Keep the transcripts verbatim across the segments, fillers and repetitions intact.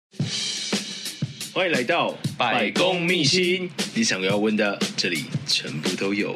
欢迎来到百工秘辛，你想要问的，这里全部都有。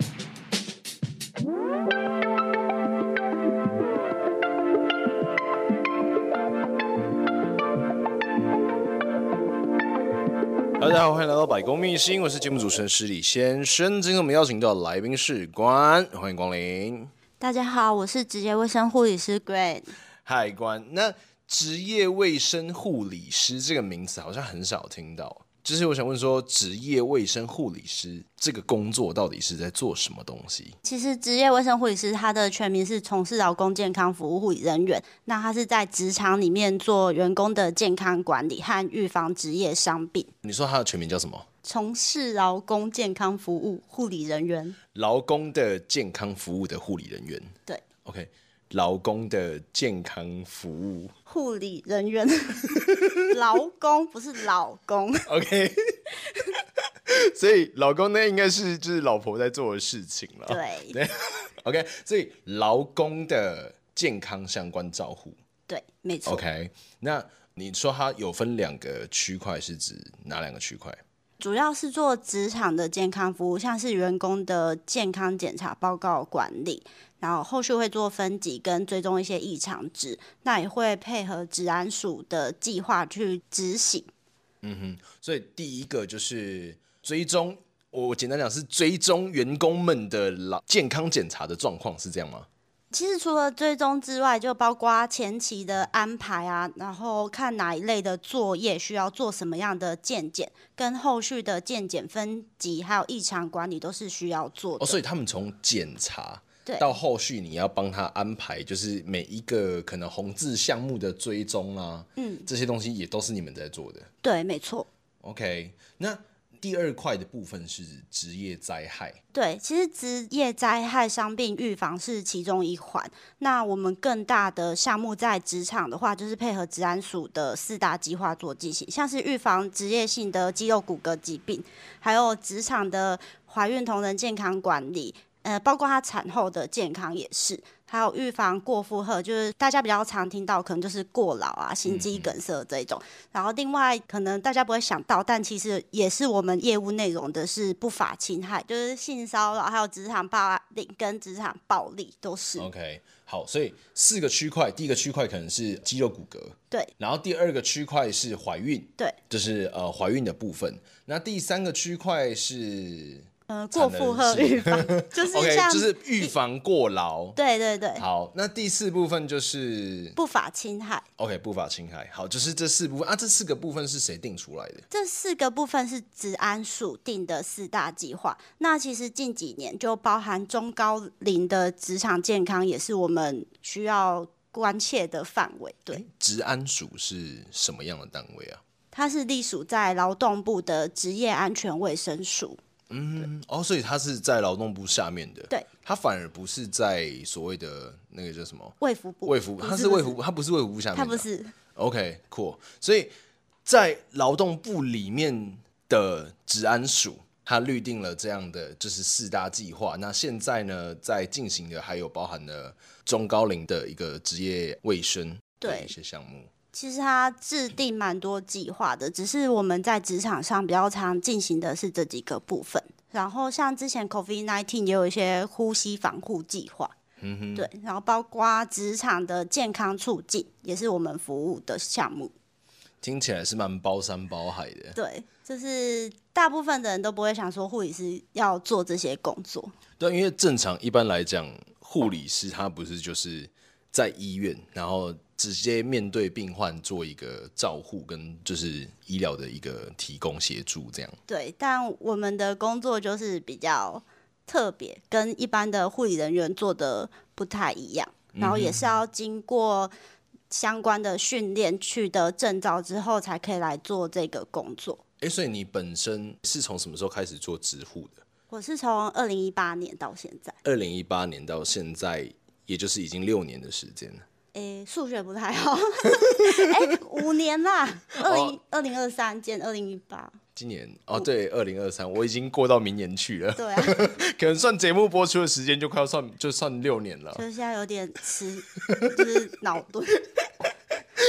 大家好，欢迎来到百工秘辛，我是节目主持人施礼先生。今天我们邀请到的来宾是关，欢迎光临。 大家好，我是职业卫生护理师 Great。 嗨，关。那职业卫生护理师这个名词好像很少听到，就是我想问说，职业卫生护理师这个工作到底是在做什么东西？ 其实职业卫生护理师它的全名是从事劳工健康服务护理人员，那他是在职场里面做员工的健康管理和预防职业伤病。 你说他的全名叫什么？ 从事劳工健康服务护理人员。 劳工的健康服务的护理人员。 对 ，OK。劳工的健康服务护理人员，劳工不是老公。 OK， 所以老公呢应该是就是老婆在做的事情了。 对对 ，OK， 所以劳工的健康相关照护。 对，没错。 OK， 那你说它有分两个区块，是指哪两个区块？ 主要是做职场的健康服务，像是员工的健康检查报告管理，然后后续会做分级跟追踪一些异常值，那也会配合职安署的计划去执行。 嗯哼，所以第一个就是追踪，我简单讲是追踪员工们的健康检查的状况，是这样吗？ 其实除了追踪之外，就包括前期的安排啊，然后看哪一类的作业需要做什么样的健检，跟后续的健检分级还有异常管理都是需要做的。 哦，所以他们从检查对到后续你要帮他安排，就是每一个可能红字项目的追踪啊，嗯，这些东西也都是你们在做的。 对，没错。 OK， 那第二块的部分是职业灾害。 对，其实职业灾害伤病预防是其中一环。那我们更大的项目在职场的话，就是配合职安署的四大计划做进行，像是预防职业性的肌肉骨骼疾病，还有职场的怀孕同仁健康管理，呃，包括她产后的健康也是。还有预防过负荷，就是大家比较常听到，可能就是过劳啊、心肌梗塞这一种。嗯、然后另外可能大家不会想到，但其实也是我们业务内容的是不法侵害，就是性骚扰，还有职场霸凌跟职场暴力都是。 OK， 好，所以四个区块，第一个区块可能是肌肉骨骼， 对。 然后第二个区块是怀孕， 对， 就是呃怀孕的部分。那第三个区块是。 呃，过负荷预防就是像 okay, 就是预防过劳。 对对对。 好，那第四部分就是不法侵害。 OK， 不法侵害。好，就是这四部分啊，这四个部分是谁定出来的？ 这四个部分是职安署定的四大计划。那其实近几年就包含中高龄的职场健康，也是我们需要关切的范围。对， 职安署是什么样的单位啊？ 它是隶属在劳动部的职业安全卫生署。 嗯，哦，所以它是在劳动部下面的， 对， 它反而不是在所谓的那个叫什么卫福部， 卫福，它是卫福部，它不是卫福部下面的， 它不是。 OK， cool。所以在劳动部里面的职安署，它律定了这样的就是四大计划。那现在呢，在进行的还有包含了中高龄的一个职业卫生的一些项目。 其实它制定蛮多计划的，只是我们在职场上比较常进行的是这几个部分。然后像之前 COVID 十九 也有一些呼吸防护计划，嗯哼，对，然后包括职场的健康促进也是我们服务的项目。 听起来是蛮包山包海的。 对，就是大部分的人都不会想说护理师要做这些工作。 对，因为正常一般来讲，护理师他不是就是在医院，然后直接面对病患做一个照护跟就是医疗的一个提供协助这样。 对，但我们的工作就是比较特别，跟一般的护理人员做的不太一样，然后也是要经过相关的训练，取得证照之后才可以来做这个工作。 哎，所以你本身是从什么时候开始做职护的？ 我是从二零一八年到现在。 二零一八年到现在，也就是已经六年的时间了。 诶，数学不太好，诶，五年啦，二零二零二三减二零一八， 今年哦，对，二零二三，我已经过到明年去了。 对啊， 可能算节目播出的时间就快要算，就算六年了。 就是现在有点吃，就是脑钝。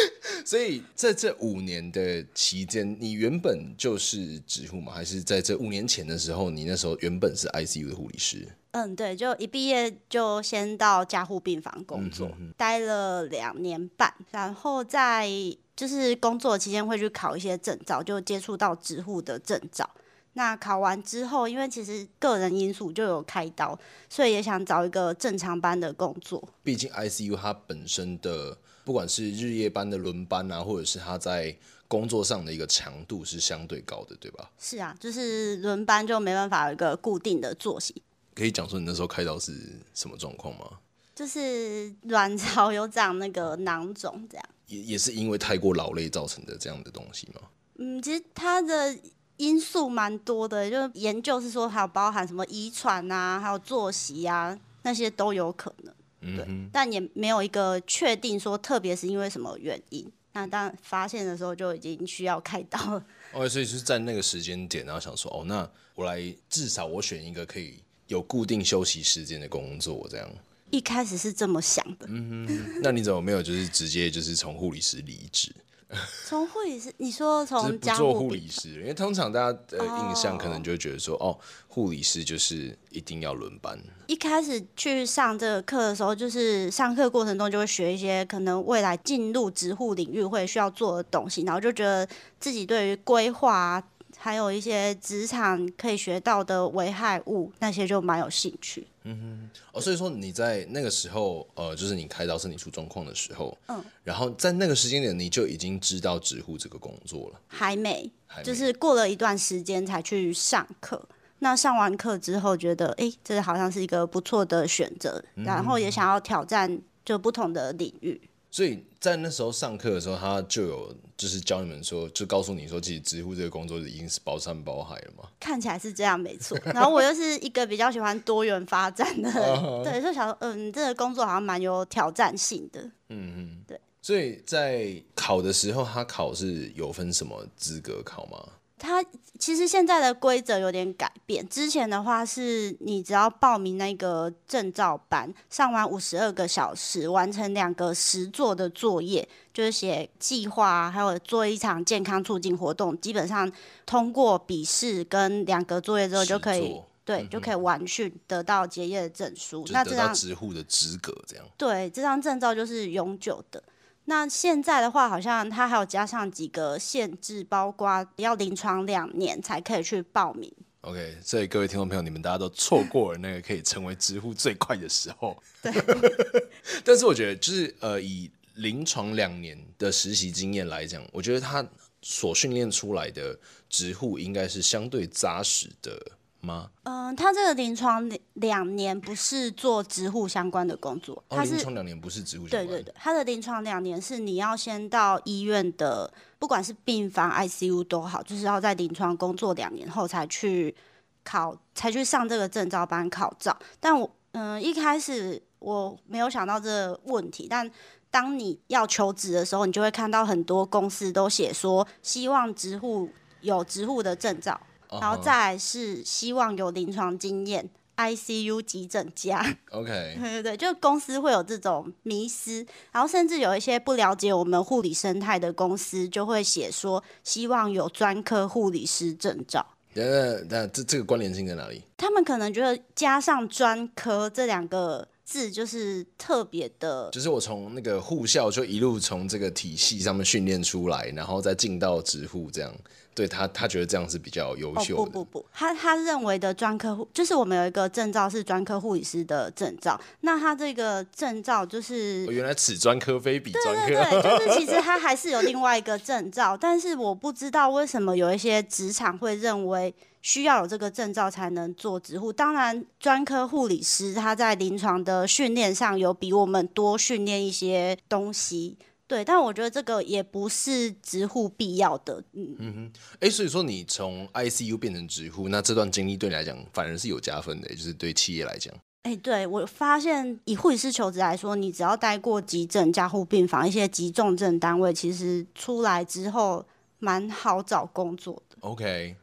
所以在这五年的期间，你原本就是植护吗？还是在这五年前的时候，你那时候原本是 I C U 的护理师？ 嗯，对，就一毕业就先到加护病房工作，嗯、哼哼待了两年半，然后在就是工作期间会去考一些证照，就接触到植护的证照。那考完之后，因为其实个人因素就有开刀，所以也想找一个正常班的工作。 毕竟 I C U 它本身的不管是日夜班的轮班啊，或者是它在工作上的一个强度是相对高的，对吧？ 是啊，就是轮班就没办法有一个固定的作息。 可以讲说你那时候开刀是什么状况吗？ 就是卵巢有长那个囊肿，这样。 也也是因为太过劳累造成的这样的东西吗？ 嗯，其实它的因素蛮多的，就研究是说还有包含什么遗传啊，还有作息啊，那些都有可能。对，嗯、但也没有一个确定说特别是因为什么原因。那当发现的时候就已经需要开刀了。 哦，所以就是在那个时间点，然后想说，哦，那我来至少我选一个可以有固定休息时间的工作，这样。 一开始是这么想的。 嗯哼，那你怎么没有就是直接就是从护理师离职？ 从护理师，你说从不做护理师，因为通常大家的印象可能就会觉得说，哦，护理师就是一定要轮班。 一开始去上这个课的时候，就是上课过程中就会学一些可能未来进入植护领域会需要做的东西，然后就觉得自己对于规划啊，还有一些职场可以学到的危害物那些就蛮有兴趣。 嗯哼，哦，所以说你在那个时候，呃，就是你开刀身体出状况的时候，嗯，然后在那个时间点你就已经知道植护这个工作了？ 还没，还没就是过了一段时间才去上课。那上完课之后，觉得哎，这好像是一个不错的选择，嗯、然后也想要挑战就不同的领域。 所以在那时候上课的时候，他就有就是教你们说，就告诉你说，其实植护这个工作已经是包山包海了嘛。 看起来是这样，没错。然后我又是一个比较喜欢多元发展的人，对，就想说，嗯，这个工作好像蛮有挑战性的。嗯嗯，对。 所以在考的时候，他考是有分什么资格考吗？ 它其实现在的规则有点改变，之前的话是你只要报名那个证照班，上完五十二个小时，完成两个实作的作业，就是写计划啊，还有做一场健康促进活动，基本上通过笔试跟两个作业之后就可以，对，嗯、就可以完训得到结业的证书， 那得到植护的资格，这样。 对，这张证照就是永久的。那现在的话，好像它还有加上几个限制，包括要临床两年才可以去报名。 OK， 所以各位听众朋友，你们大家都错过了那个可以成为植护最快的时候。 对。 但是我觉得，就是呃，以临床两年的实习经验来讲，我觉得他所训练出来的植护应该是相对扎实的。吗？ 嗯，他这个临床两年不是做植护相关的工作， 他、哦、临床两年不是植护相关。 对对对，他的临床两年是你要先到医院的，不管是病房、I C U 都好，就是要在临床工作两年后才去考，才去上这个证照班考照。但我嗯、呃、一开始我没有想到这个问题，但当你要求职的时候，你就会看到很多公司都写说希望植护有植护的证照。然后再来是希望有临床经验 ，I C U 急诊家。 OK， 对对对，就公司会有这种迷思，然后甚至有一些不了解我们护理生态的公司，就会写说希望有专科护理师证照。 那那这这个关联性在哪里？ 他们可能觉得加上专科这两个字就是特别的， 就是我从那个护校就一路从这个体系上面训练出来，然后再进到植护这样。对他，他觉得这样是比较优秀的。 哦、不不不，他他认为的专科护，就是我们有一个证照是专科护理师的证照。那他这个证照就是， 哦、原来此专科非彼专科。 对对对，就是其实他还是有另外一个证照，但是我不知道为什么有一些职场会认为需要有这个证照才能做植护。当然，专科护理师他在临床的训练上有比我们多训练一些东西。对，但我觉得这个也不是植护必要的。嗯嗯哼，哎，所以说你从 I C U 变成植护，那这段经历对你来讲反而是有加分的，就是对企业来讲。 哎，对，我发现以护理师求职来说，你只要待过急诊、加护病房一些急重症单位，其实出来之后蛮好找工作的。 OK，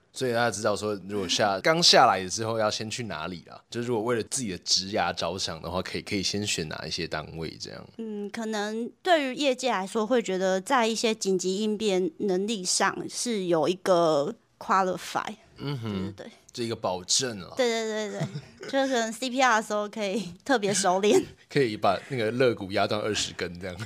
所以大家知道说，如果下刚下来的时候要先去哪里啦？就如果为了自己的职涯着想的话，可以可以先选哪一些单位这样？ 嗯，可能对于业界来说，会觉得在一些紧急应变能力上是有一个 qualify，嗯哼，对对对， 这一个保证了。 对对对对，就可能 C P R 的时候可以特别熟练， 可以把那个肋骨压断二十根这样。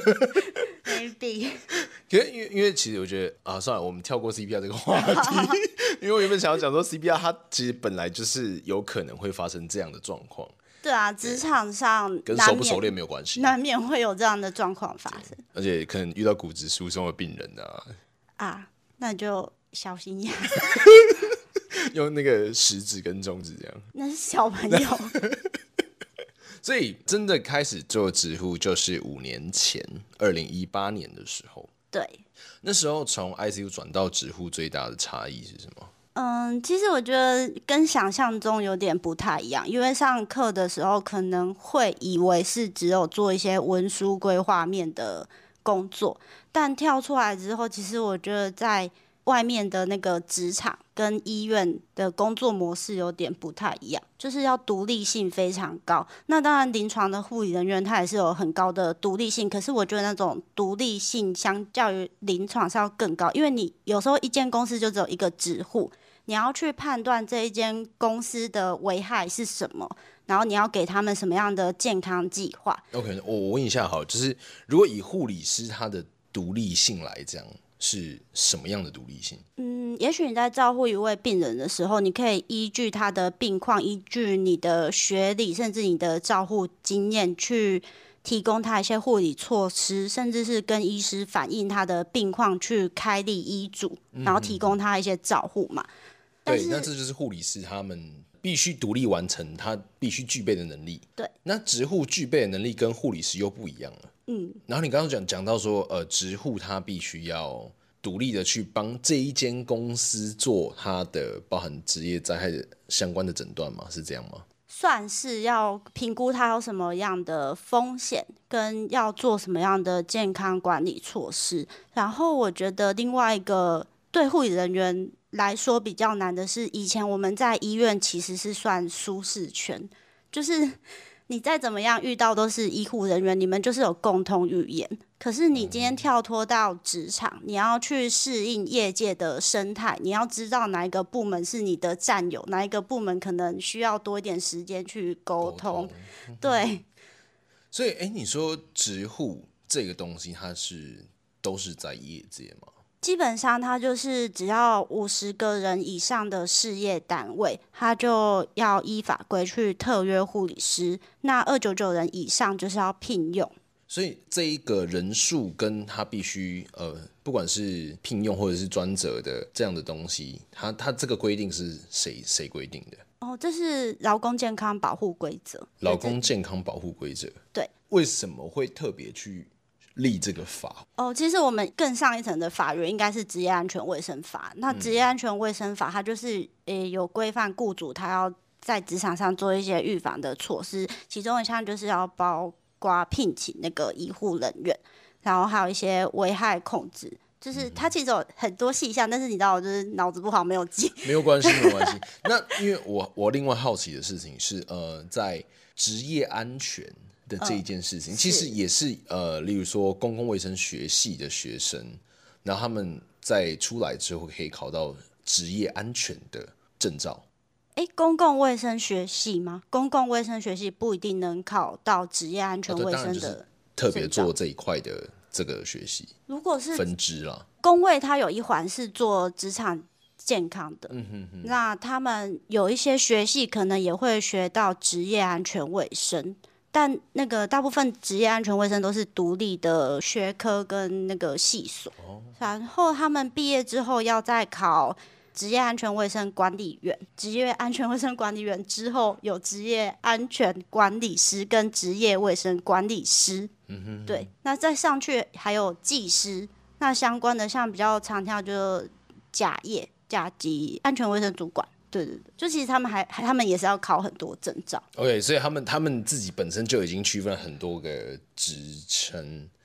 maybe。 可是因为因为其实我觉得啊，算了，我们跳过 C P R 这个话题，因为我原本想要讲说 C P R 它其实本来就是有可能会发生这样的状况。 对啊，职场上跟熟不熟练没有关系， 难免会有这样的状况发生， 而且可能遇到骨质疏松的病人啊， 啊，那你就小心一点， 用那个食指跟中指这样， 那是小朋友。 所以真的开始做直呼就是五年前，二零一八年的时候。 对， 那时候从 I C U 转到直呼最大的差异是什么？ 嗯，其实我觉得跟想象中有点不太一样，因为上课的时候可能会以为是只有做一些文书规划面的工作，但跳出来之后，其实我觉得在外面的那个职场跟医院的工作模式有点不太一样，就是要独立性非常高。那当然，临床的护理人员他也是有很高的独立性，可是我觉得那种独立性相较于临床是要更高，因为你有时候一间公司就只有一个职护，你要去判断这一间公司的危害是什么，然后你要给他们什么样的健康计划。 OK， 我我问一下好，就是如果以护理师他的独立性来讲，是什么样的独立性？ 嗯，也许你在照顾一位病人的时候，你可以依据他的病况，依据你的学历，甚至你的照护经验，去提供他一些护理措施，甚至是跟医师反映他的病况，去开立医嘱，然后提供他一些照护嘛。 对，那这就是护理师他们必须独立完成他必须具备的能力。 对， 那职护具备的能力跟护理师又不一样了。嗯，然后你刚刚讲讲到说，呃，职护他必须要独立的去帮这一间公司做他的包含职业灾害的相关的诊断吗？是这样吗？ 算是要评估他有什么样的风险，跟要做什么样的健康管理措施。然后我觉得另外一个对护理人员来说比较难的是，以前我们在医院其实是算舒适圈，就是你再怎么样遇到都是医护人员，你们就是有共同语言。可是你今天跳脱到职场，你要去适应业界的生态，你要知道哪一个部门是你的战友，哪一个部门可能需要多一点时间去沟通。沟通对， 所以哎，你说职护这个东西，它是都是在业界吗？ 基本上，它就是只要五十个人以上的事业单位，它就要依法规去特约护理师。那二九九人以上就是要聘用。 所以这一个人数跟他必须呃，不管是聘用或者是专责的这样的东西，他他这个规定是谁谁规定的？ 哦，这是劳工健康保护规则。 劳工健康保护规则。 对。 为什么会特别去立这个法？ 哦，其实我们更上一层的法源应该是职业安全卫生法。那职业安全卫生法，它就是诶有规范雇主他要在职场上做一些预防的措施，其中一项就是要包括聘请那个医护人员，然后还有一些危害控制。就是它其实有很多细项，但是你知道我就是脑子不好没有记。 没有关系，没有关系。那因为我我另外好奇的事情是，呃，在职业安全的这一件事情，嗯、其实也是呃，例如说公共卫生学系的学生，然后他们在出来之后可以考到职业安全的证照。 哎，公共卫生学系吗？公共卫生学系不一定能考到职业安全卫生的、哦、 特别做这一块的这个学系。 如果是分支啦， 公卫它有一环是做职场健康的， 嗯哼哼， 那他们有一些学系可能也会学到职业安全卫生，但那个大部分职业安全卫生都是独立的学科跟那个系所、哦、然后他们毕业之后要再考职业安全卫生管理员，职业安全卫生管理员之后有职业安全管理师跟职业卫生管理师，嗯哼哼，对，那再上去还有技师，那相关的像比较常跳就甲业、甲级安全卫生主管，对对对，就其实他们还他们也是要考很多证照。 OK， 所以他们他们自己本身就已经区分了很多个职称。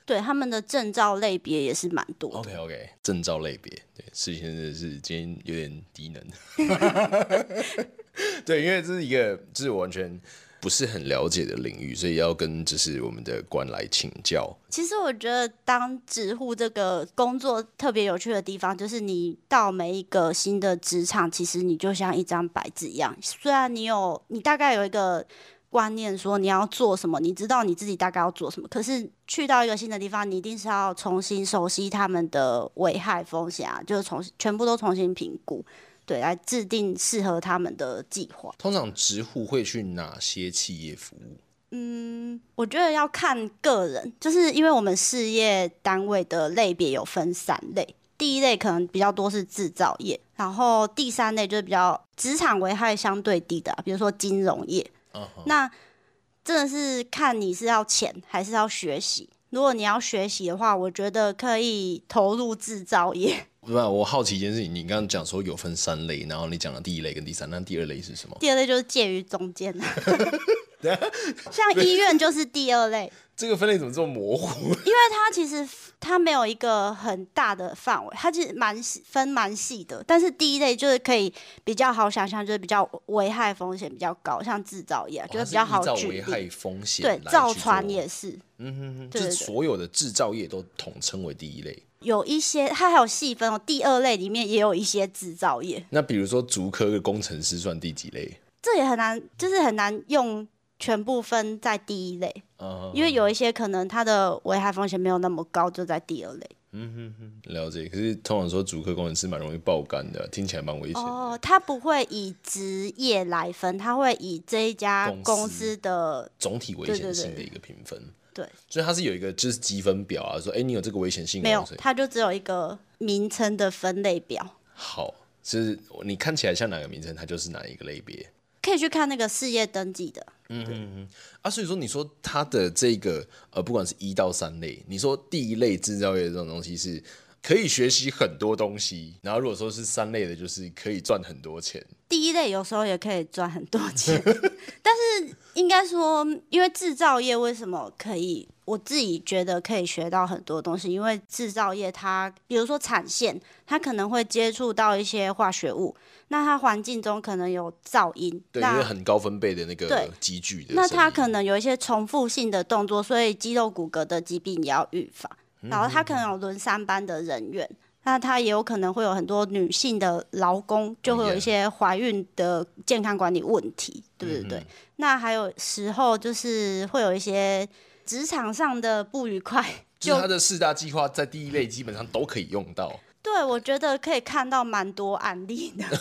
对，他们的证照类别也是蛮多的。 OK OK， 证照类别，对，世贤真的是今天有点低能。对，因为这是一个就是完全不是很了解的领域，所以要跟就是我们的官来请教。 其实我觉得当职护这个工作特别有趣的地方，就是你到每一个新的职场，其实你就像一张白纸一样。虽然你有你大概有一个观念说你要做什么，你知道你自己大概要做什么，可是去到一个新的地方，你一定是要重新熟悉他们的危害风险啊，就是重全部都重新评估。对，来制定适合他们的计划。 通常职护会去哪些企业服务？ 嗯，我觉得要看个人，就是因为我们事业单位的类别有分三类，第一类可能比较多是制造业，然后第三类就是比较职场危害相对低的、啊，比如说金融业。Uh-huh. 那真的是看你是要钱还是要学习。如果你要学习的话，我覺得可以投入制造业。 不是，我好奇一件事情，你刚刚讲说有分三类，然后你讲了第一类跟第三，那第二类是什么？ 第二类就是介于中间像医院就是第二类。 这个分类怎么这么模糊？ 因为它其实它没有一个很大的范围，它其实蛮分蛮细的。但是第一类就是可以比较好想象，就是比较危害风险比较高，像制造业、啊哦、就是比较好举例。 是依照危害风险对，造船也是。 嗯哼哼，就是所有的制造业都统称为第一类。 有一些它还有细分哦，第二类里面也有一些制造业。 那比如说竹科的工程师算第几类？ 这也很难，就是很难用全部分在第一类，嗯、因为有一些可能它的危害风险没有那么高，就在第二类。 嗯哼哼，了解。可是通常说竹科工程师蛮容易爆肝的，听起来蛮危险的。 哦，他不会以职业来分，他会以这一家公司的总体危险性的一个评分。 对， 所以它是有一个就是积分表啊，说哎、欸，你有这个危险性、哦、 没有，它就只有一个名称的分类表。 好，就是你看起来像哪个名称，它就是哪一个类别。 可以去看那个事业登记的。 嗯嗯嗯啊，所以说你说它的这个呃，不管是一到三类，你说第一类制造业这种东西是可以学习很多东西，然后如果说是三类的，就是可以赚很多钱。 第一类有时候也可以赚很多钱，但是应该说，因为制造业为什么可以？我自己觉得可以学到很多东西，因为制造业它，比如说产线，它可能会接触到一些化学物，那它环境中可能有噪音， 对，因为很高分贝的那个机具的， 那它可能有一些重复性的动作，所以肌肉骨骼的疾病也要预防。然后它可能有轮三班的人员，那它也有可能会有很多女性的劳工，就会有一些怀孕的健康管理问题，对不对？嗯、那还有时候就是会有一些职场上的不愉快， 就是它的四大计划在第一类基本上都可以用到。 对，我觉得可以看到蛮多案例的。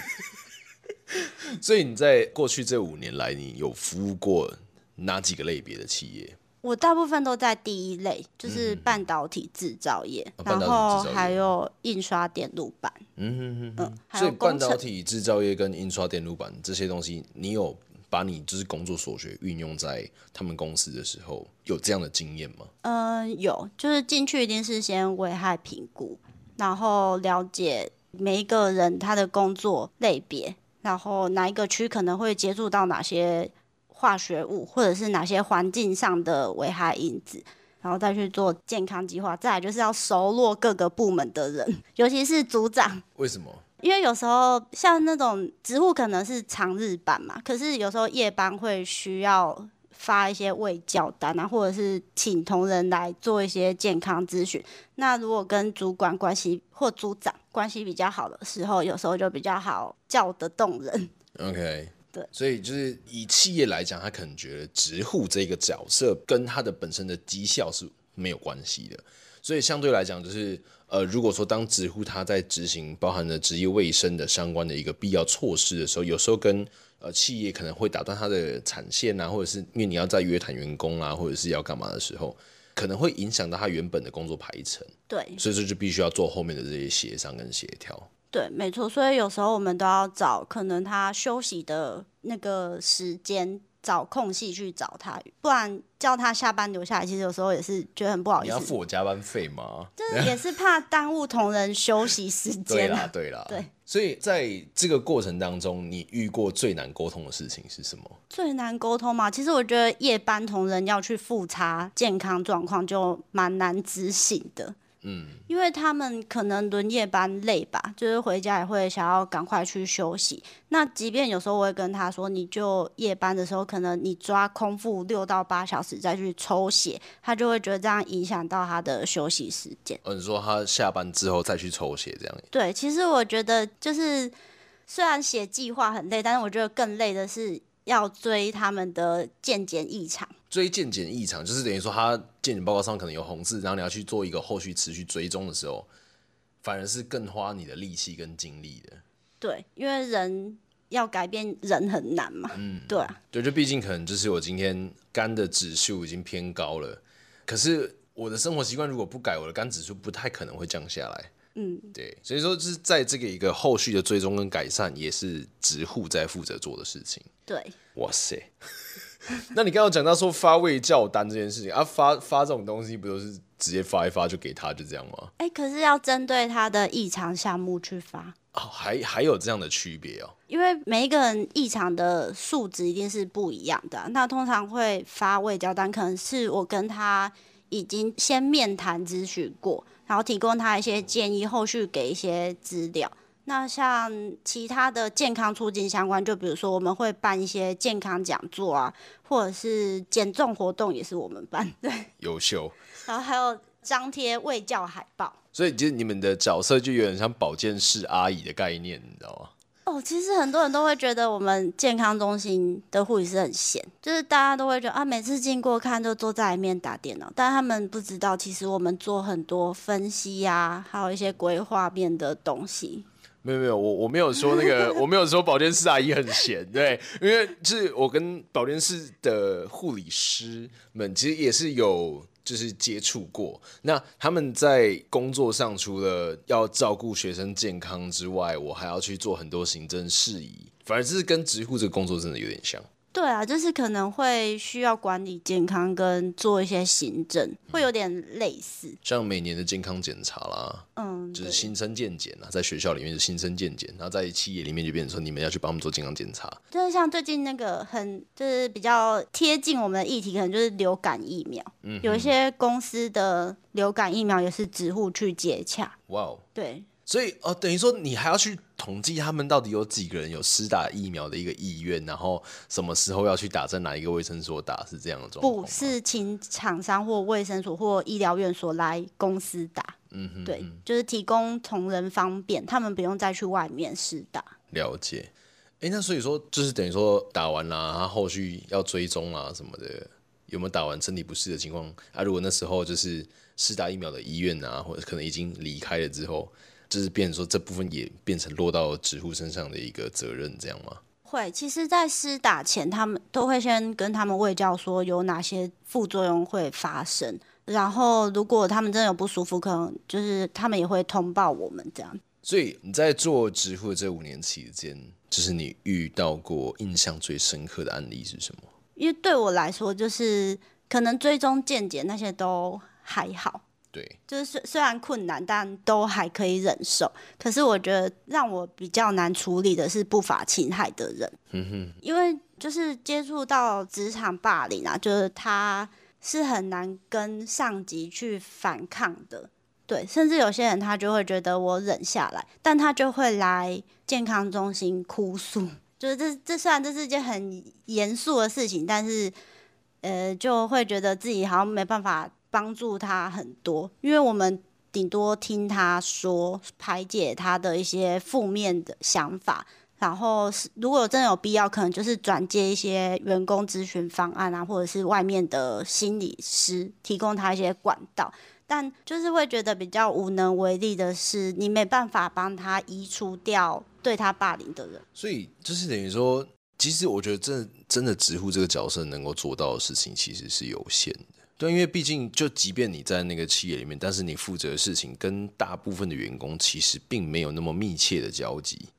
所以你在过去这五年来，你有服务过哪几个类别的企业？ 我大部分都在第一类，就是半导体制造业、嗯啊、然后还有印刷电路板。嗯哼哼嗯， 所以半导体制造业跟印刷电路板这些东西，你有把你就是工作所学运用在他们公司的时候，有这样的经验吗？ 嗯，有，就是进去一定是先危害评估，然后了解每一个人他的工作类别，然后哪一个区可能会接触到哪些化学物，或者是哪些环境上的危害因子，然后再去做健康计划。再来就是要熟络各个部门的人，尤其是组长。 为什么？ 因为有时候像那种职务可能是长日班嘛，可是有时候夜班会需要发一些卫教单啊，或者是请同仁来做一些健康咨询。那如果跟主管关系或组长关系比较好的时候，有时候就比较好叫得动人。 OK。所以就是以企业来讲，他可能觉得职护这个角色跟他的本身的绩效是没有关系的，所以相对来讲，就是呃，如果说当职护他在执行包含了职业卫生的相关的一个必要措施的时候，有时候跟呃企业可能会打断他的产线啊，或者是因为你要在约谈员工啊，或者是要干嘛的时候，可能会影响到他原本的工作排程。对，所以这就必须要做后面的这些协商跟协调。 对，没错，所以有时候我们都要找可能他休息的那个时间， 找空隙去找他，不然叫他下班留下来，其实有时候也是觉得很不好意思。 你要付我加班费吗？ 就是也是怕耽误同仁休息时间。 对啦，对啦， 对。 所以在这个过程当中，你遇过最难沟通的事情是什么？ 最难沟通嘛，其实我觉得夜班同仁要去复查健康状况就蛮难执行的。嗯，因为他们可能轮夜班累吧，就是回家也会想要赶快去休息。那即便有时候我会跟他说，你就夜班的时候，可能你抓空腹六到八小时再去抽血，他就会觉得这样影响到他的休息时间。 哦，你说他下班之后再去抽血这样？ 对，其实我觉得就是虽然写计划很累，但是我觉得更累的是要追他们的健检异常。 追健检异常就是等于说他健检报告上可能有红字，然后你要去做一个后续持续追踪的时候，反而是更花你的力气跟精力的。 对，因为人要改变人很难嘛。嗯，对啊， 对，就毕竟可能就是我今天肝的指数已经偏高了，可是我的生活习惯如果不改，我的肝指数不太可能会降下来。嗯，对，所以说就是在这个一个后续的追踪跟改善，也是职护在负责做的事情。 对， 哇塞。那你刚刚讲到说发卫教单这件事情啊，发发这种东西不都是直接发一发就给他就这样吗？ 哎、欸，可是要针对他的异常项目去发。 哦，还还有这样的区别哦？ 因为每一个人异常的数值一定是不一样的、啊，那通常会发卫教单，可能是我跟他已经先面谈咨询过，然后提供他一些建议，后续给一些资料。那像其他的健康促进相关，就比如说我们会办一些健康讲座啊，或者是减重活动也是我们办，对， 优秀。 然后还有张贴卫教海报， 所以其实你们的角色就有点像保健室阿姨的概念，你知道吗？ 哦，其实很多人都会觉得我们健康中心的护理师很闲，就是大家都会觉得啊，每次经过看就坐在里面打电脑，但他们不知道，其实我们做很多分析啊，还有一些规划面的东西。 没有没有，我我没有说那个，我没有说保健室阿姨很闲，对，因为就是我跟保健室的护理师们其实也是有就是接触过，那他们在工作上除了要照顾学生健康之外，我还要去做很多行政事宜，反而是跟职护这个工作真的有点像。 对啊，就是可能会需要管理健康跟做一些行政，会有点类似。 像每年的健康检查啦，嗯，就是新生健检啊，在学校里面是新生健检，然后在企业里面就变成说你们要去帮他们做健康检查。 就是像最近那个很就是比较贴近我们的议题，可能就是流感疫苗，嗯，有一些公司的流感疫苗也是职护去接洽。 哇哦， 对。 所以哦，等于说你还要去统计他们到底有几个人有施打疫苗的一个意愿，然后什么时候要去打，在哪一个卫生所打，是这样的状况吗？ 不是请厂商或卫生所或医疗院所来公司打，嗯哼，对，就是提供同仁方便，他们不用再去外面施打。 了解。哎，那所以说就是等于说打完啦、啊，他后续要追踪啊什么的，有没有打完身体不适的情况啊？如果那时候就是施打疫苗的医院啊，或者可能已经离开了之后。就是变成说这部分也变成落到职护身上的一个责任，这样吗？ 会，其实，在施打前，他们都会先跟他们卫教说有哪些副作用会发生，然后如果他们真的有不舒服，可能就是他们也会通报我们这样。 所以你在做职护的这五年期间，就是你遇到过印象最深刻的案例是什么？ 因为对我来说，就是可能追踪健检那些都还好。 对， 就是虽然困难，但都还可以忍受。可是我觉得让我比较难处理的是不法侵害的人，嗯哼，因为就是接触到职场霸凌啊，就是他是很难跟上级去反抗的。对，甚至有些人他就会觉得我忍下来，但他就会来健康中心哭诉。就是这这虽然这是一件很严肃的事情，但是呃就会觉得自己好像没办法帮助他很多，因为我们顶多听他说，排解他的一些负面的想法，然后如果真的有必要，可能就是转接一些员工咨询方案啊，或者是外面的心理师提供他一些管道，但就是会觉得比较无能为力的是，你没办法帮他移除掉对他霸凌的人。 所以就是等于说，其实我觉得真的真的职护这个角色能够做到的事情，其实是有限的。对，因为毕竟就即便你在那个企业里面，但是你负责的事情跟大部分的员工其实并没有那么密切的交集。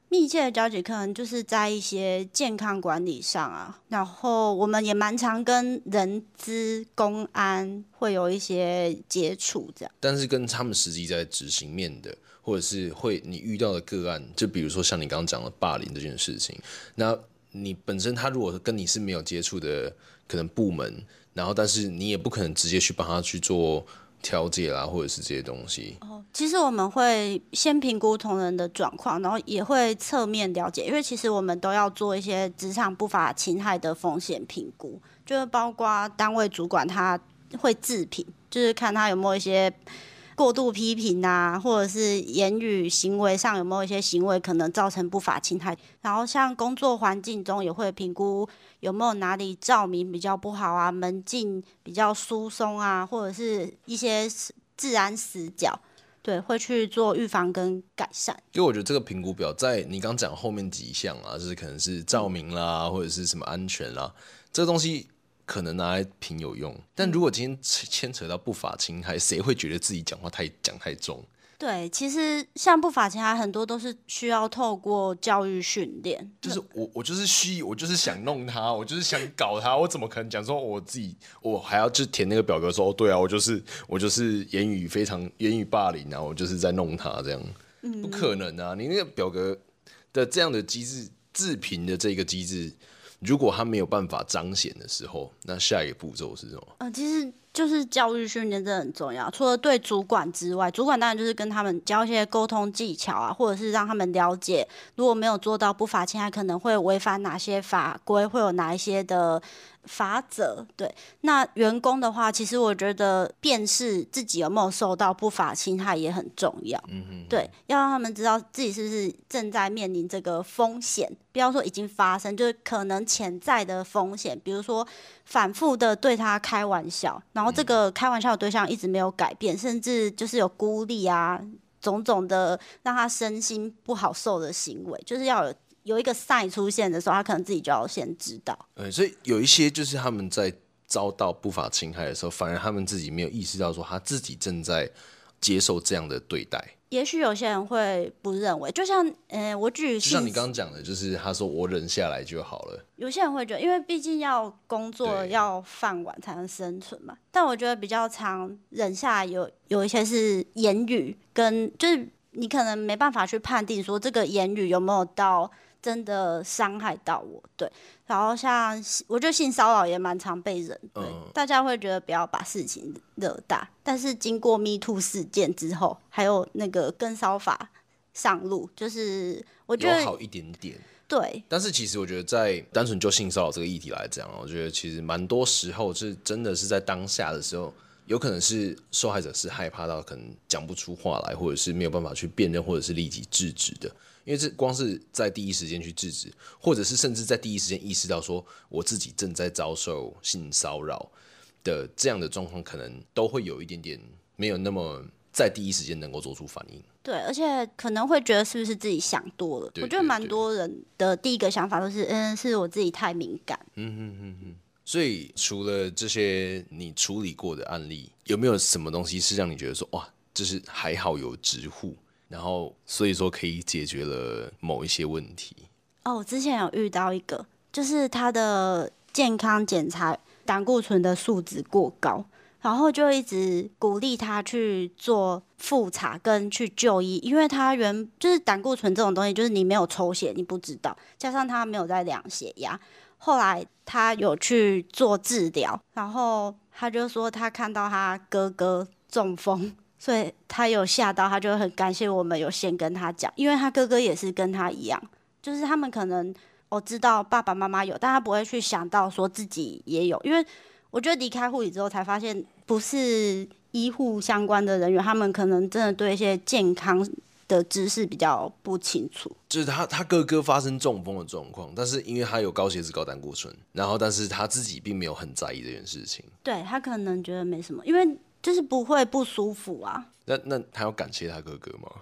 密切的交集可能就是在一些健康管理上啊，然后我们也蛮常跟人资、公安会有一些接触，这样。 但是跟他们实际在执行面的，或者是会你遇到的个案，就比如说像你刚刚讲的霸凌这件事情，那你本身他如果跟你是没有接触的可能部门，然后但是你也不可能直接去帮他去做调解啦，或者是这些东西。 哦，其实我们会先评估同仁的状况，然后也会侧面了解，因为其实我们都要做一些职场不法侵害的风险评估，就是包括单位主管他会自评，就是看他有没有一些过度批评啊，或者是言语行为上有没有一些行为可能造成不法侵害。然后像工作环境中也会评估有没有哪里照明比较不好啊，门禁比较疏松啊，或者是一些治安死角，对，会去做预防跟改善。 因为我觉得这个评估表在你刚讲后面几项啊，就是可能是照明啦，或者是什么安全啦，这个东西可能拿来评有用，但如果今天牵扯到不法侵害，谁会觉得自己讲话太讲太重？ 对，其实像不法侵害很多都是需要透过教育训练， 就是我我就是虚，我就是想弄他，我就是想搞他，我怎么可能讲说我自己，我还要就填那个表格说，哦，对啊，我就是我就是言语非常言语霸凌啊，我就是在弄他这样，嗯、不可能啊！你那个表格的这样的机制，自评的这个机制，如果他没有办法彰显的时候，那下一个步骤是什么？ 呃，其实就是教育训练真的很重要。除了对主管之外，主管当然就是跟他们教一些沟通技巧啊，或者是让他们了解，如果没有做到不法侵害，可能会违反哪些法规，会有哪一些的法则。对，那员工的话，其实我觉得辨识自己有没有受到不法侵害也很重要。嗯哼，对，要让他们知道自己是不是正在面临这个风险，不要说已经发生，就是可能潜在的风险，比如说反复的对他开玩笑，然后这个开玩笑的对象一直没有改变，甚至就是有孤立啊，种种的让他身心不好受的行为，就是要有有一个 sign 出现的时候，他可能自己就要先知道。 嗯，所以有一些就是他们在遭到不法侵害的时候，反而他们自己没有意识到说他自己正在接受这样的对待。 也许有些人会不认为，就像，呃，我举就像你刚刚讲的，就是他说我忍下来就好了。 有些人会觉得，因为毕竟要工作要饭碗才能生存嘛。但我觉得比较常忍下来有有一些是言语跟，就是你可能没办法去判定说这个言语有没有到真的伤害到我，对。然后像我觉得性骚扰也蛮常被忍，对、嗯，大家会觉得不要把事情惹大，但是经过 Me Too 事件之后，还有那个跟骚法上路，就是我觉得有好一点点。 对， 但是其实我觉得，在单纯就性骚扰这个议题来讲，我觉得其实蛮多时候是真的是在当下的时候，有可能是受害者是害怕到可能讲不出话来，或者是没有办法去辨认，或者是立即制止的。因为这光是在第一时间去制止，或者是甚至在第一时间意识到说我自己正在遭受性骚扰的这样的状况，可能都会有一点点没有那么在第一时间能够做出反应。 对，而且可能会觉得是不是自己想多了？对对对，我觉得蛮多人的第一个想法都是，嗯，是我自己太敏感。 嗯哼哼哼。所以除了这些你处理过的案例，有没有什么东西是让你觉得说，哇，就是还好有职护，然后所以说可以解决了某一些问题？ 哦，我之前有遇到一个，就是他的健康检查胆固醇的数值过高。然后就一直鼓励他去做复查跟去就医，因为他原就是胆固醇这种东西，就是你没有抽血你不知道，加上他没有在量血压。后来他有去做治疗，然后他就说他看到他哥哥中风，所以他有吓到，他就很感谢我们有先跟他讲，因为他哥哥也是跟他一样，就是他们可能我知道爸爸妈妈有，但他不会去想到说自己也有，因为我觉得离开护理之后才发现，不是医护相关的人员，他们可能真的对一些健康的知识比较不清楚。 就是他他哥哥发生中风的状况，但是因为他有高血脂、高胆固醇，然后但是他自己并没有很在意这件事情。 对，他可能觉得没什么，因为就是不会不舒服啊。 那那他要感谢他哥哥吗？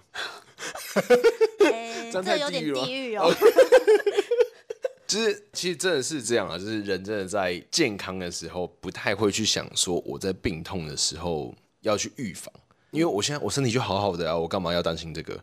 欸、这有点地狱哦。 就是其实真的是这样啊，就是人真的在健康的时候不太会去想说我在病痛的时候要去预防，因为我现在我身体就好好的啊，我干嘛要担心这个？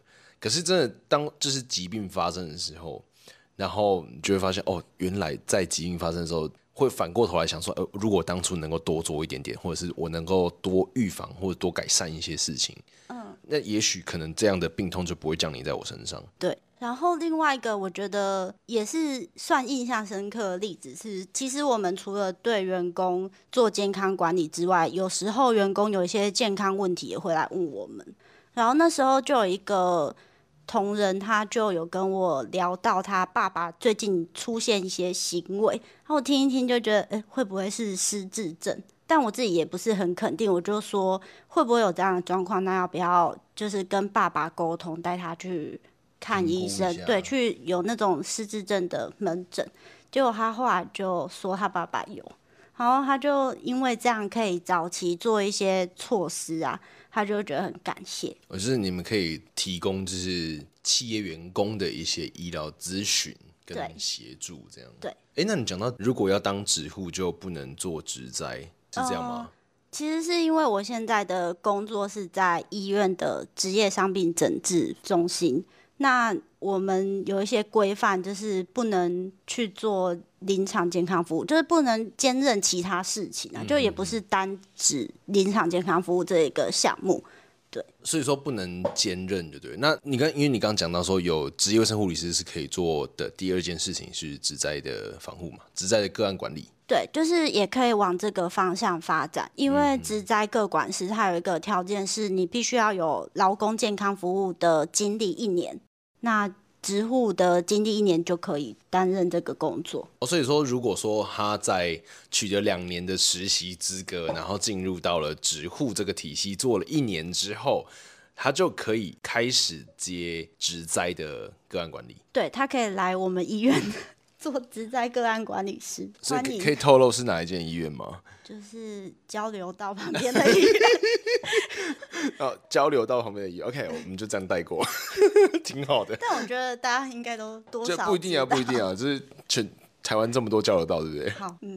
可是真的当就是疾病发生的时候，然后你就会发现哦，原来在疾病发生的时候，会反过头来想说，呃，如果当初能够多做一点点，或者是我能够多预防或者多改善一些事情，嗯，那也许可能这样的病痛就不会降临在我身上。 对。然后另外一个我觉得也是算印象深刻的例子是，其实我们除了对员工做健康管理之外，有时候员工有一些健康问题也会来问我们。然后那时候就有一个同仁，他就有跟我聊到他爸爸最近出现一些行为，然后我听一听就觉得，哎，会不会是失智症？但我自己也不是很肯定，我就说会不会有这样的状况？那要不要就是跟爸爸沟通，带他去看医生？对，去有那种失智症的门诊。结果他后来就说他爸爸有，然后他就因为这样可以早期做一些措施啊。他就觉得很感谢， 我就是你们可以提供就是企业员工的一些医疗咨询跟协助，这样。 对， 哎，那你讲到如果要当职护就不能做职灾，是这样吗？ 呃、其实是因为我现在的工作是在医院的职业伤病诊治中心，那我们有一些规范，就是不能去做临场健康服务，就是不能兼任其他事情啊，嗯、就也不是单指临场健康服务这一个项目。对， 所以说不能兼任，对不对？那你刚因为你刚刚讲到说有职业卫生护理师是可以做的第二件事情是职灾的防护嘛，职灾的个案管理。 对，就是也可以往这个方向发展，因为职灾个管师它有一个条件是你必须要有劳工健康服务的经历一年，那职护的经历一年就可以担任这个工作。 哦，所以说，如果说他在取得两年的实习资格，然后进入到了职护这个体系做了一年之后，他就可以开始接职灾的个案管理。 对，他可以来我们医院做职灾个案管理师。 所以可以透露是哪一间医院吗？ 就是交流道旁边的医院。 哦，交流道旁边的医院 ，OK， 我们就这样带过，挺好的。 但我觉得大家应该都多少这不一定啊，不一定啊，就是全台湾这么多交流道，对不对？ 好，嗯。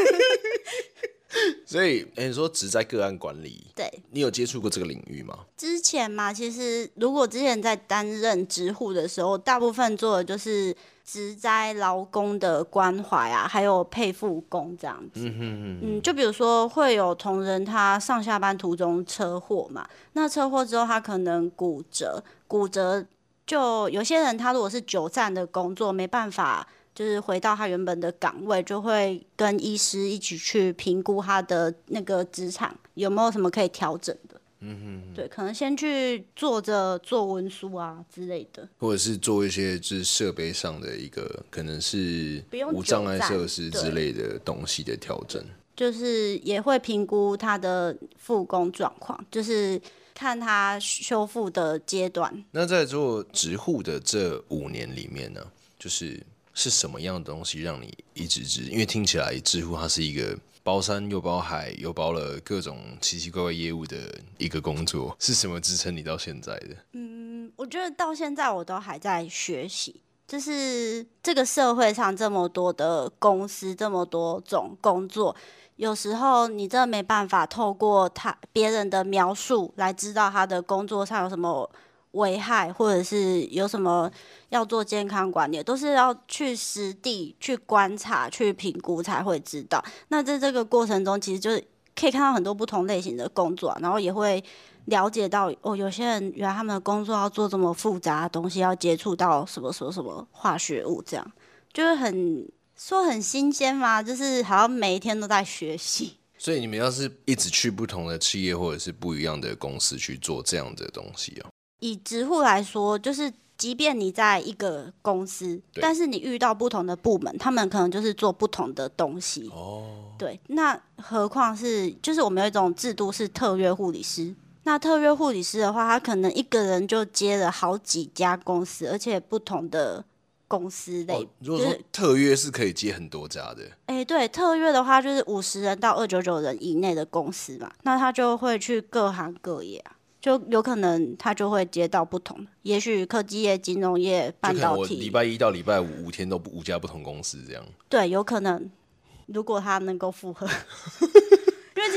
所以，哎、欸，你说职灾个案管理， 对， 你有接触过这个领域吗？ 之前嘛，其实如果之前在担任职护的时候，大部分做的就是职灾劳工的关怀啊，还有配复工这样子。嗯哼哼嗯，就比如说会有同仁他上下班途中车祸嘛，那车祸之后他可能骨折，骨折就有些人他如果是久站的工作，没办法。就是回到他原本的岗位，就会跟医师一起去评估他的那个职场有没有什么可以调整的。嗯哼哼，对，可能先去坐着做文书啊之类的， 或者是做一些就是设备上的一个可能是无障碍设施之类的东西的调整。 就是也会评估他的复工状况，就是看他修复的阶段。 那在做职护的这五年里面呢，就是是什么样的东西让你一直职？因为听起来职护它是一个包山又包海又包了各种奇奇怪怪业务的一个工作，是什么支撑你到现在的？ 嗯，我觉得到现在我都还在学习，就是这个社会上这么多的公司，这么多种工作，有时候你真的没办法透过他别人的描述来知道他的工作上有什么危害，或者是有什么要做健康管理，都是要去实地去观察、去评估才会知道。那在这个过程中，其实就是可以看到很多不同类型的工作，然后也会了解到哦，有些人原来他们的工作要做这么复杂的东西，要接触到什么什么什么化学物，这样就是很说很新鲜嘛，就是好像每一天都在学习。 所以你们要是一直去不同的企业或者是不一样的公司去做这样的东西哦。 以职护来说，就是即便你在一个公司，但是你遇到不同的部门，他们可能就是做不同的东西。哦，对，那何况是就是我们有一种制度是特约护理师。那特约护理师的话，他可能一个人就接了好几家公司，而且不同的公司类。哦， 如果说特约是可以接很多家的， 哎、就是，对，特约的话就是五十人到二九九人以内的公司嘛，那他就会去各行各业啊。就有可能他就会接到不同的，也许科技业、金融业、半导体。就可能我礼拜一到礼拜五五天都五家不同公司这样。 对，有可能，如果他能够符合。因为其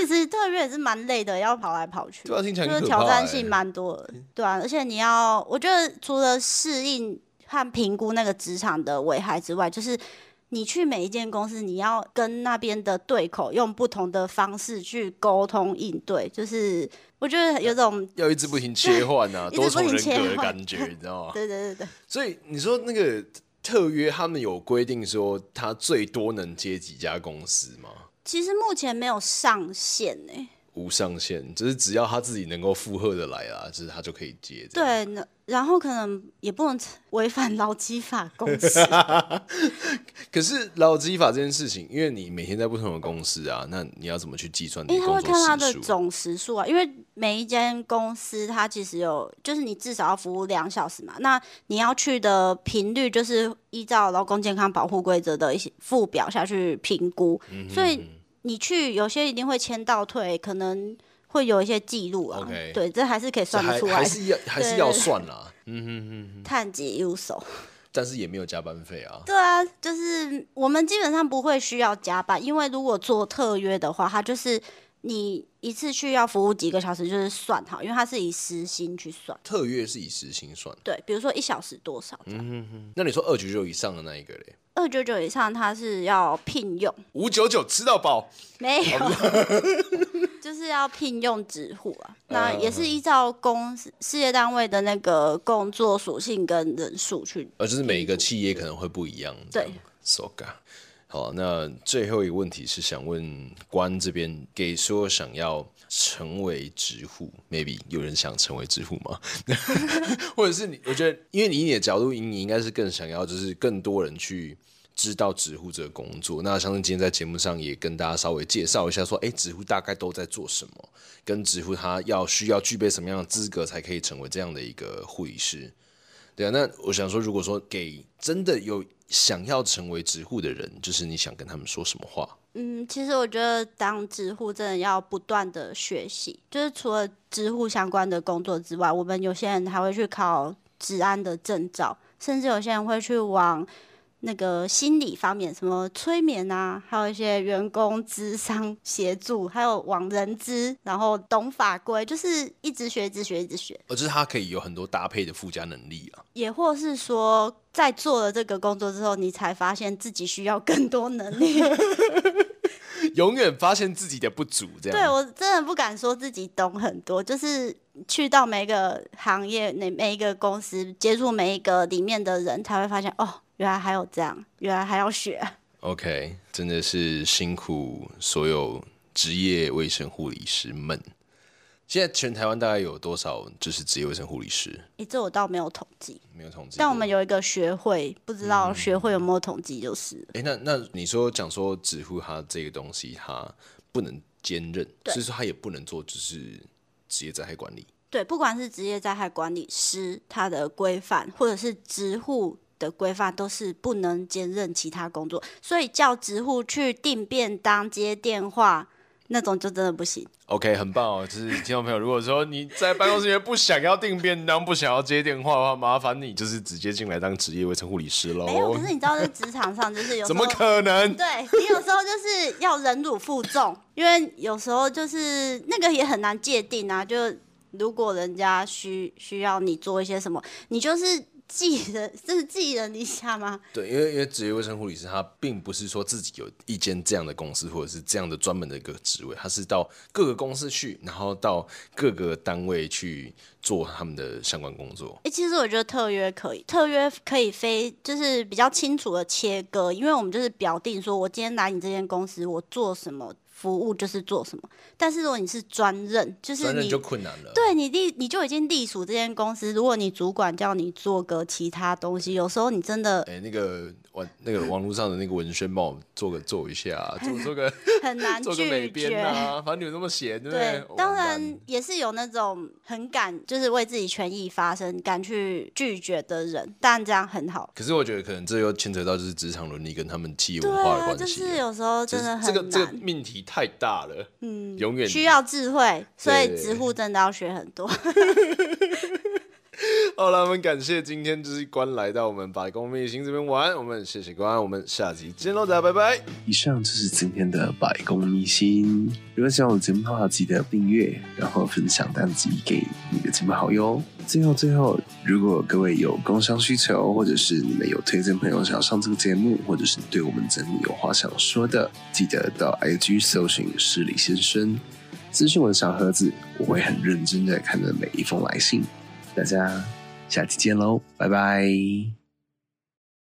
其实特约也是蛮累的，要跑来跑去， 对啊，听起来很可怕、欸、 就是挑战性蛮多的，对啊，而且你要，我觉得除了适应和评估那个职场的危害之外，就是你去每一间公司，你要跟那边的对口用不同的方式去沟通应对，就是我觉得有种要一直不停切换啊，多重人格的感觉，你知道吗？ 对对对对。 所以你说那个特约，他们有规定说他最多能接几家公司吗？ 其实目前没有上限诶、欸， 无上限，就是只要他自己能够负荷的来啦，就是他就可以接。 对，然后可能也不能违反劳基法公司。 可是劳基法这件事情，因为你每天在不同的公司啊，那你要怎么去计算你的工作时数？ 因为他会看他的总时数啊，因为每一间公司它其实有，就是你至少要服务两小时嘛，那你要去的频率就是依照劳工健康保护规则的一些附表下去评估，嗯、所以你去有些一定会签到退，可能会有一些记录啊。 Okay. 对，这还是可以算得出来， 还是要还是要算啦。嗯哼哼哼， 探己入手。 但是也没有加班费啊。 对啊，就是我们基本上不会需要加班，因为如果做特约的话，它就是你一次去要服务几个小时，就是算好，因为它是以时薪去算。 特约是以时薪算。 对，比如说一小时多少这样。 嗯哼哼，那你说二九九以上的那一个嘞？ 二九九以上，它是要聘用。 五九九吃到饱？ 没有，就是要聘用职户啊。那也是依照公司事业单位的那个工作属性跟人数去。 呃，就是每一个企业可能会不一样。 对 ，so ga。好，那最后一个问题是想问关这边，给说想要成为职户 ，maybe 有人想成为职户吗？或者是你，我觉得，因为你以你的角度，你应该是更想要，就是更多人去知道职户这个工作。那相信今天在节目上也跟大家稍微介绍一下，说，哎，职户大概都在做什么，跟职户他要需要具备什么样的资格才可以成为这样的一个护理师。对啊，那我想说，如果说给真的有想要成为职户的人，就是你想跟他们说什么话？ 嗯，其实我觉得当职户真的要不断的学习，就是除了职户相关的工作之外，我们有些人还会去考职安的证照，甚至有些人会去往那个心理方面，什么催眠啊，还有一些员工咨商协助，还有往人资，然后懂法规，就是一直学，一直学，一直学。 而就是他可以有很多搭配的附加能力啊。 也或是说，在做了这个工作之后，你才发现自己需要更多能力。 永远发现自己的不足，这样。 对，我真的不敢说自己懂很多，就是去到每一个行业、每一个公司，接触每一个里面的人，才会发现哦，原来还有这样，原来还要学。 OK， 真的是辛苦所有职业卫生护理师们。现在全台湾大概有多少就是职业卫生护理师？ 欸，这我倒没有统计， 没有统计。 但我们有一个学会，不知道学会有没有统计就是。 哎、嗯欸，那那你说讲说职护它这个东西，它不能兼任，所以说它也不能做就是职业灾害管理。 对，不管是职业灾害管理师他的规范，或者是职护的规范，都是不能兼任其他工作，所以叫职护去订便当、接电话。那种就真的不行。 OK， 很棒哦！就是听众朋友，如果说你在办公室里面不想要订便当、不想要接电话的话，麻烦你就是直接进来当职业卫生护理师喽。 没有，可是你知道，在职场上就是有时候怎么可能？ 对你有时候就是要忍辱负重，因为有时候就是那个也很难界定啊。就如果人家需需要你做一些什么，你就是记人，就是记人一下吗？ 对，因为因为职业卫生护理师他并不是说自己有一间这样的公司或者是这样的专门的一个职位，他是到各个公司去，然后到各个单位去做他们的相关工作。 哎、欸，其实我觉得特约可以，特约可以非就是比较清楚的切割，因为我们就是表定说，我今天来你这间公司，我做什么服务就是做什么。但是如果你是专任，就是你专任就困难了。 对你隶你就已经隶属这间公司，如果你主管叫你做个其他东西，有时候你真的哎、欸，那个网那个网络上的那个文宣帮我做个做一下、啊，做做个很难拒绝， 做个美编啊，反正你们那么闲，对不对？ 对，当然也是有那种很敢就是为自己权益发声、敢去拒绝的人，但这样很好。 可是我觉得可能这又牵扯到就是职场伦理跟他们企业文化的关系、啊， 就是有时候真的很难。 这个这个命题太大了，嗯，永远需要智慧，所以职护真的要学很多。 好了，我们感谢今天就是关来到我们百工秘辛这边玩，我们谢谢关，我们下集见喽，大家拜拜。 以上就是今天的百工秘辛。如果喜欢我的节目的话，记得订阅，然后分享单集给你的亲朋好友。最后最后，如果各位有工商需求，或者是你们有推荐朋友想要上这个节目，或者是对我们节目有话想说的，记得到 I G 搜寻失礼先生，私讯我的小盒子，我会很认真的看着每一封来信。大家下期见喽，拜拜。